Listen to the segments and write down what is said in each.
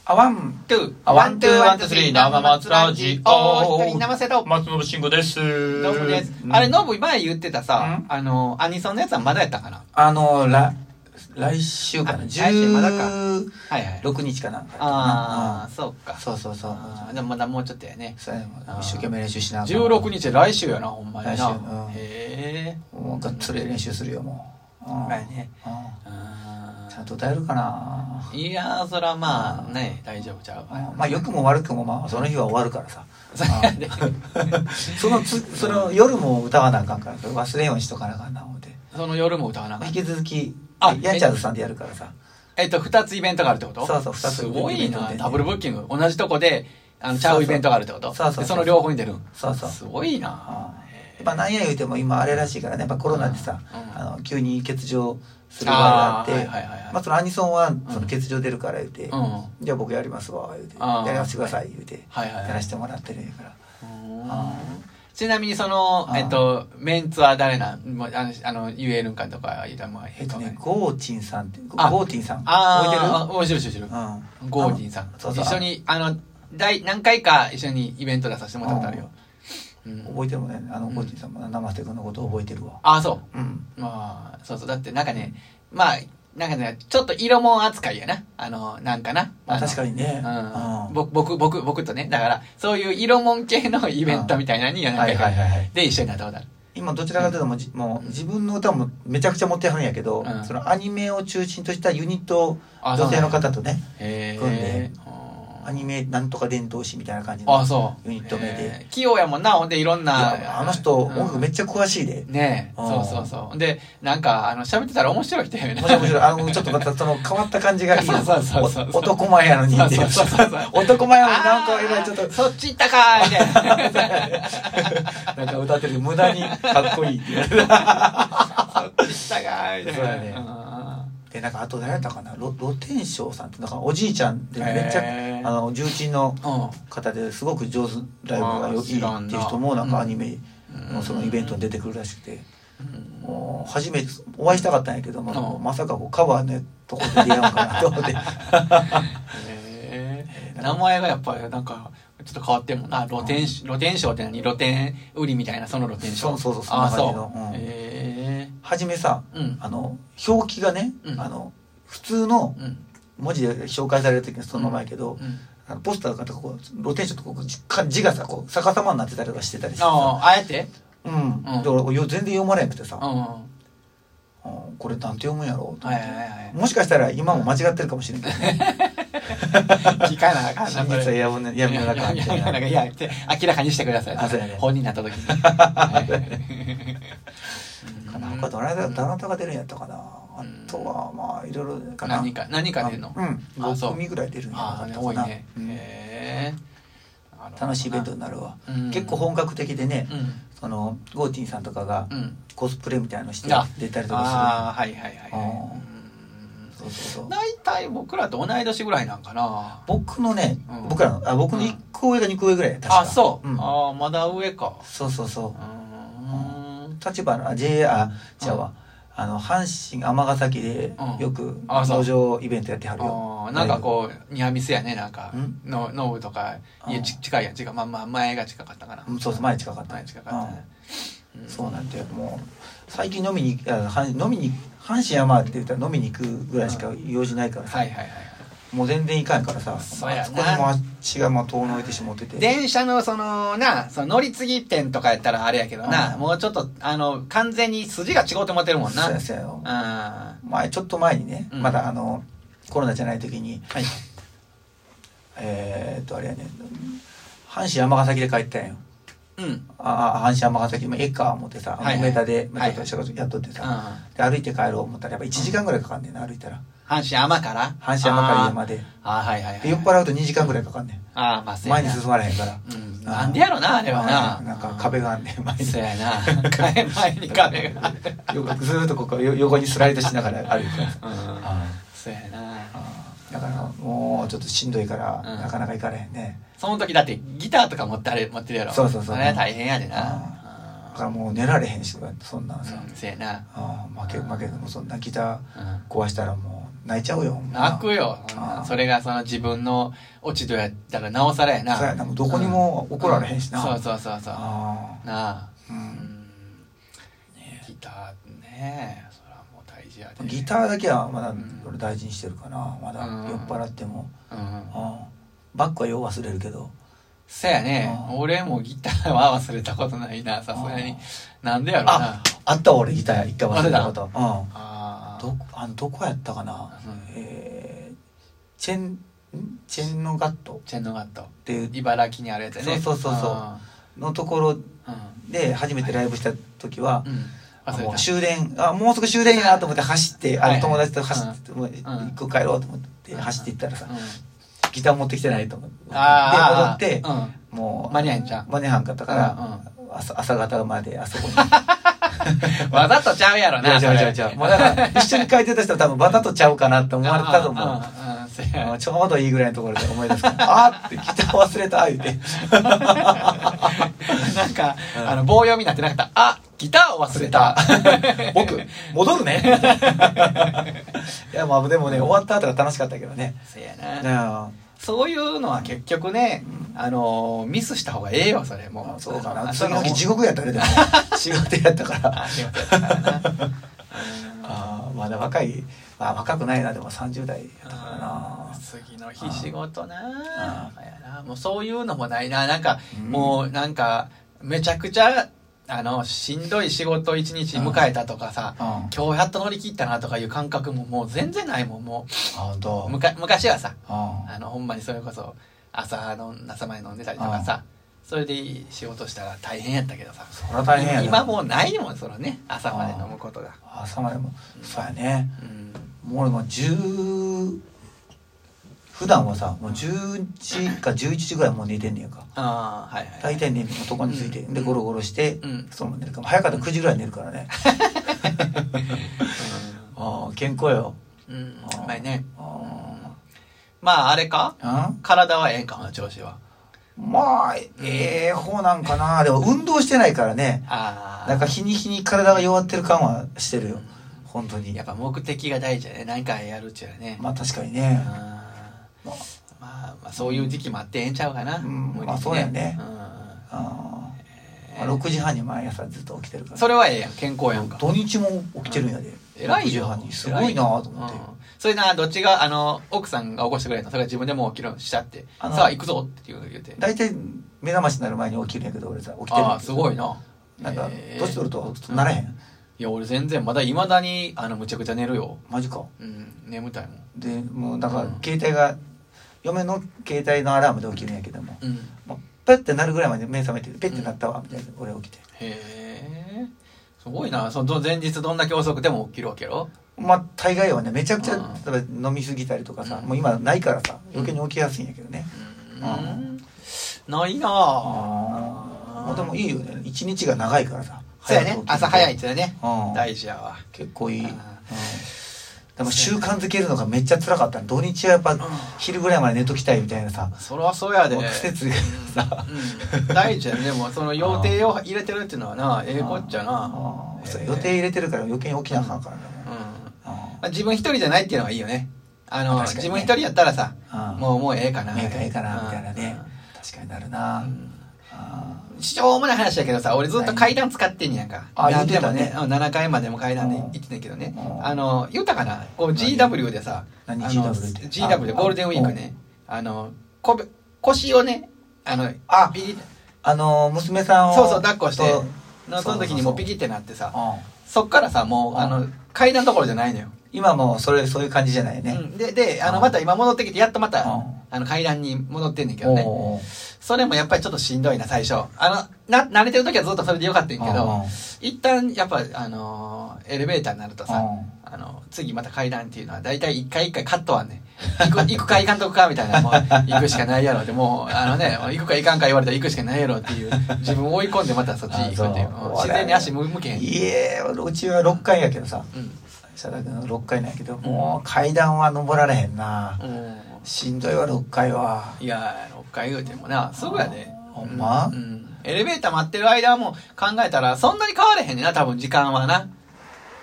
ワン、ツー、ワン、ツー、ワン、ツー、スリー、生松ラジオ。 一人生瀬と松信慎吾です。 ノブです。あれ、ノブ前言ってたさ、アニソンのやつはまだやったかな？ 来週かな。 来週まだか。はいはい。 6日かな。 ああ、そうか。 そう。 でもまだもうちょっとやね。 そうやね。一生懸命練習しながら。 16日来週やな、ほんまにな。 来週。 へえ。 もうがっつり練習するよ、もう。 はいね。 ちゃんと歌えるかな。 いやー、そらまあね、大丈夫ちゃう。 まあ良くも悪くもまあその日は終わるからさ。その夜も歌わなあかんから忘れんようにしとかなあかんな思って。 その夜も歌わなあかん。 引き続きヤンチャーズさんでやるからさ。 2つイベントがあるってこと？ そう、2つ。 すごいな、ダブルブッキング。同じとこでちゃうイベントがあるってこと？ そう。 その両方に出る。 そう。 すごいな。 やっぱ何や言うても今あれらしいからね、やっぱコロナでさ、急に欠場する場合があって、まあそのアニソンはその欠場出るから言うて、じゃあ僕やりますわ言うて、やらせてください言うて、やらせてもらってるんやから。 ちなみにそのメンツは誰なん？言えるんかとか言ったらまあゴーティンさんってゴーティンさん覚えてる？ 面白い。ゴーティンさん。一緒に何回か一緒にイベント出させてもらったことあるよ。 覚えてるもんね。ゴーティンさんも生瀬君のことを覚えてるわ。 あ、そう。まあそうだってなんかね、まあなんかねちょっと色もん扱いやな。なんかな。 確かにね。 僕とね、だからそういう色もん系のイベントみたいなのにで一緒になったことある。 今どちらかというともう自分の歌もめちゃくちゃ持ってはるんやけど、そのアニメを中心としたユニット女性の方とね組んで。アニメなんとか伝道師みたいな感じのユニット名で器用やもんな。ほんでいろんなあの人音楽めっちゃ詳しいでね。そうでなんか喋ってたら面白い人やよね。 面白い。ちょっとまたその変わった感じがいいよ。 そう男前やのにって男前やのになんか今ちょっとそっち行ったかみたいななんか歌ってる無駄にかっこいいって言われた。 そっち行ったかみたいな。 そうやね。でなんかあと誰だったかな、露天商さんってなんかおじいちゃんでめっちゃ重鎮の方ですごく上手ライブがいいっていう人もなんかアニメのそのイベントに出てくるらしくて、もう初めてお会いしたかったんやけども、まさかカバーのとこで出会うかなと思って名前がやっぱりなんかちょっと変わってんもんな。露天商って何？露天売りみたいな、その露天商。 そうそんな感じの。はじめさ、表記がね、普通の文字で紹介される時にそのままやけど、ポスターがこう露天商とこう字がさこう逆さまになってたりとかしてたりしてさ、 あえて？ だから全然読まれなくてさ、これなんて読むんやろうと思って、もしかしたら今も間違ってるかもしれんけどね。 聞かなあかんな。 真実は闇の中みたいな。 いや明らかにしてください。本人になった時に。 他どなたが出るんやったかな。あとはまあいろいろかな。 何か出るの ？5組ぐらい出るんやな。 多いね。 楽しいイベントになるわ。結構本格的でね、そのゴーティンさんとかがコスプレみたいなのして出たりとかする。そう。 大体僕らと同い年ぐらいなんかな。 僕の1個上か2個上ぐらい確か。 あ、そう。まだ上か。 そう。立花じゃあ阪神尼崎でよく農場イベントやってはるよ。 なんかこうニアミスやね。なんかノブとか家近いやん。まあ前が近かったかな。 そう前近かった。そうなんてもう最近阪神山って言ったら飲みに行くぐらいしか用事ないからさ、もう全然行かんからさ、そこにもあっちが遠のいてしまってて、 電車のその乗り継ぎ店とかやったらあれやけどな、もうちょっと完全に筋が違うと思ってるもんな。 そうやよ。ちょっと前にね、まだコロナじゃない時にあれやね、阪神尼崎で帰ったんよ。阪神尼崎ええか思ってさ、梅田でちょっと仕事やっとってさ、で歩いて帰ろう思ったらやっぱ1時間ぐらいかかんねんな、歩いたら。 阪神尼から家まで酔っ払うと2時間ぐらいかかんねん。前に進まれへんから。 なんでやろな、あれはな。 なんか壁があんねん、前に。 そうやな。前に壁がある。 ずーっとここ横にスライドしながら歩いてた。 そうやな。 だからもうちょっとしんどいからなかなか行かれへんね。 その時だってギターとか持ってるやろ。 そう。 あれ大変やでな。 だからもう寝られへんし、そんなんさ。 そうやな。 負けでもそんなギター壊したらもう泣いちゃうよ。 泣くよ。それがその自分の落ち度やったらなおさらやな。 そうやな、どこにも怒られへんしな。 そうそうそうそう。なあ。ギターね、それはもう大事やで。 ギターだけはまだ俺大事にしてるかな。まだ酔っ払っても。バックはよう忘れるけど。 そやね。俺もギターは忘れたことないな、さすがに。なんでやろな。 あった俺ギター一回忘れたこと。どこやったかな。チェンノガット。 チェンノガット。 っていう茨城にあるやつやね。 そうのところで初めてライブした時は、もう終電もうすぐ終電やなと思って走って友達と走って一個帰ろうと思って走っていったらさ、ギター持ってきてないと思ってで戻ってもう間に合んかったから朝方まであそこにわざとちゃうやろな。 違うもうだから一緒に帰ってた人は多分わざとちゃうかなって思われてたと思う。ちょうどいいぐらいのところで思い出すあってギター忘れた言うてなんか棒読みになってなかった。ギターを忘れた僕戻るねいやまあでもね終わった後が楽しかったけどね。 そうやな。そういうのは結局ね、ミスした方がええよ、それもう。 そうかな。次の日地獄やったね、でも。仕事やったから。 仕事やったからな。 まだ若くないな、でも30代やったからな。 次の日仕事な。もうそういうのもないな。なんか、もうなんか、めちゃくちゃ、しんどい仕事一日迎えたとかさ、今日やっと乗り切ったなとかいう感覚ももう全然ないもん、もう。昔はさ、ほんまにそれこそ朝まで飲んでたりとかさ、それで仕事したら大変やったけどさ、 そりゃ大変やな。 今もうないもん、そのね、朝まで飲むことが。 朝までも、そうやね。もう俺も普段はさもう10時か11時ぐらいもう寝てんねやんか。大体寝るのとこについてでゴロゴロしてそのまま寝るかも。早かったら9時ぐらい寝るからね。健康よ。 うまいね。まああれか、体はええんかな、調子は。 まあ方なんかな。でも運動してないからね。なんか日に日に体が弱ってる感はしてるよ、本当に。 やっぱ目的が大事やね、何かやるっちゅうね。 まあ確かにね。 まあそういう時期もあってええんちゃうかな。 まあそうやね。6時半に毎朝ずっと起きてるから。 それはええやん、健康やんか。 土日も起きてるんやで。 偉いよ。6時半にすごいなと思って。 それな、どっちが奥さんが起こしてくれたの、それが自分でも起きるしちゃって、さあ行くぞって言うて。 大体目覚ましになる前に起きるんやけど俺さ起きてる。 すごいな。 なんか年取るとならへん。 いや俺全然まだ未だにむちゃくちゃ寝るよ。 マジか。 眠たいもん。 でもうなんか携帯が嫁の携帯のアラームで起きるんやけども、ペッてなるぐらいまで目覚めてペッてなったわみたいな俺起きて。 へえ。すごいな。その前日どんだけ遅くても起きるわけやろ。 まあ大概はねめちゃくちゃ例えば飲みすぎたりとかさ、もう今ないからさ余計に起きやすいんやけどね。 ないなあ。でもいいよね、一日が長いからさ。 そうやね、朝早いってね、大事やわ。 結構いい。でも習慣づけるのがめっちゃ辛かった。土日はやっぱ昼ぐらいまで寝ときたいみたいなさ。 そりゃそうやで。 季節がさ、 大事やね。でもその予定を入れてるっていうのはな、ええこっちゃな。 予定入れてるから余計に起きなあかんからね。 自分一人じゃないっていうのがいいよね。自分一人やったらさ、もうええかな。 ええかなみたいなね。確かになるな。 しょうもない話だけどさ、俺ずっと階段使ってんねやんか。 言ってたね。 7階までも階段で行ってんねんけどね。言ったかな、こう GW でさ、GW でゴールデンウィークね、腰をね、 娘さんをそう抱っこして、その時にもうピキってなってさ、そっからさ、もう階段どころじゃないのよ。 今もうそういう感じじゃないね。 でまた今戻ってきてやっとまた階段に戻ってんねんけどね。それもやっぱりちょっとしんどいな最初。慣れてる時はずっとそれでよかったんやけど、一旦やっぱエレベーターになるとさ、次また階段っていうのは大体一回カットはね、行くか行かんとくかみたいな、もう行くしかないやろってもう行くか行かんか言われたら行くしかないやろっていう自分を追い込んでまたそっち行くっていう、自然に足向けへん。 うちは6階やけどさ、佐田君の6階なんやけど、もう階段は登られへんな。しんどいわ6階は。 いや6階言うてもなすぐやで。 ほんま？ エレベーター待ってる間はもう考えたらそんなに変われへんねんな、多分時間はな。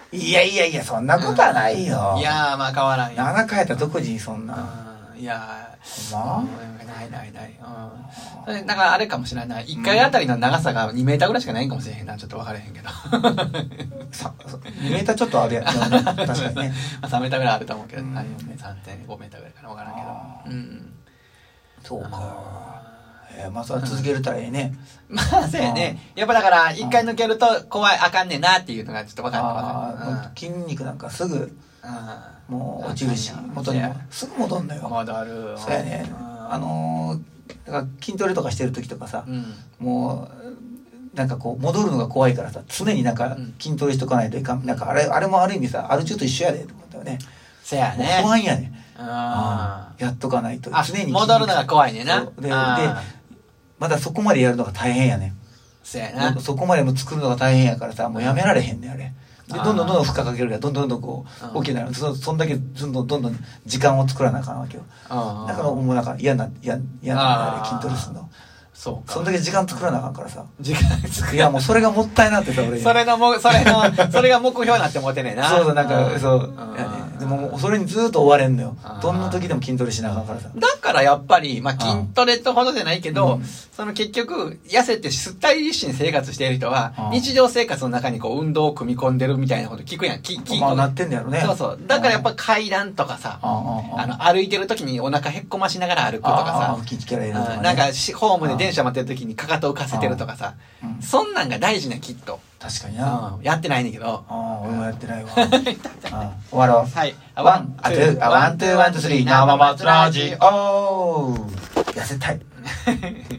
いやいやいや、そんなことはないよ。 いやー、まあ変わらんよ。 7回やったら独自にそんな。 いやー、 ない。だからあれかもしれない。1回あたりの長さが2メーターぐらいしかないんかもしれへんな。ちょっと分からへんけど。 2メーターちょっとあるやん。確かにね。 3メーターぐらいあると思うけど、3.5メーターぐらいかな。分からんけど。 そうか。まあそれは続けるたらいいね。 まあそうやね。やっぱだから1回抜けると怖い、あかんねんなっていうのがちょっと分かる。筋肉なんかすぐもう落ちるし、元にもすぐ戻んのよ。 戻る。 そうやね。だから筋トレとかしてる時とかさ、もうなんかこう戻るのが怖いからさ、常になんか筋トレしとかないといかん。なんかあれもある意味さ、アル中と一緒やでと思ったよね。 そうやね。 不安やね。やっとかないと。 常に戻るのが怖いねんな。 でまだそこまでやるのが大変やね。 そうやな。 そこまでも作るのが大変やからさ、もうやめられへんねんあれ。でどんどん負荷かけるからどんどんこう大きくなる。そんだけどんどん時間を作らなあかんわけよ。だからもうなんか嫌な筋トレするの。 そうか。 そんだけ時間作らなあかんからさ。 時間作る。 いやもうそれがもったいなってさ俺。 それが目標になって思ってねえな。 そうなんかそうでもそれにずっと追われんのよ。どんな時でも筋トレしなあかんからさ。 だからやっぱりまあ筋トレってほどじゃないけど、その結局痩せてスタイリッシュに生活している人は日常生活の中にこう運動を組み込んでるみたいなこと聞くやん。 まあなってんだよね。 そうそう。だからやっぱ階段とかさ、歩いてる時にお腹へっこましながら歩くとかさ、なんかホームで電車待ってる時にかかと浮かせてるとかさ、そんなんが大事なきっと。 確かにな。 やってないねんけど。 俺もやってないわ。終わろう。 はい。 ワン、ツー、ワン、ツー、ワン、ツー、スリー、生松ラジオ。痩せたい。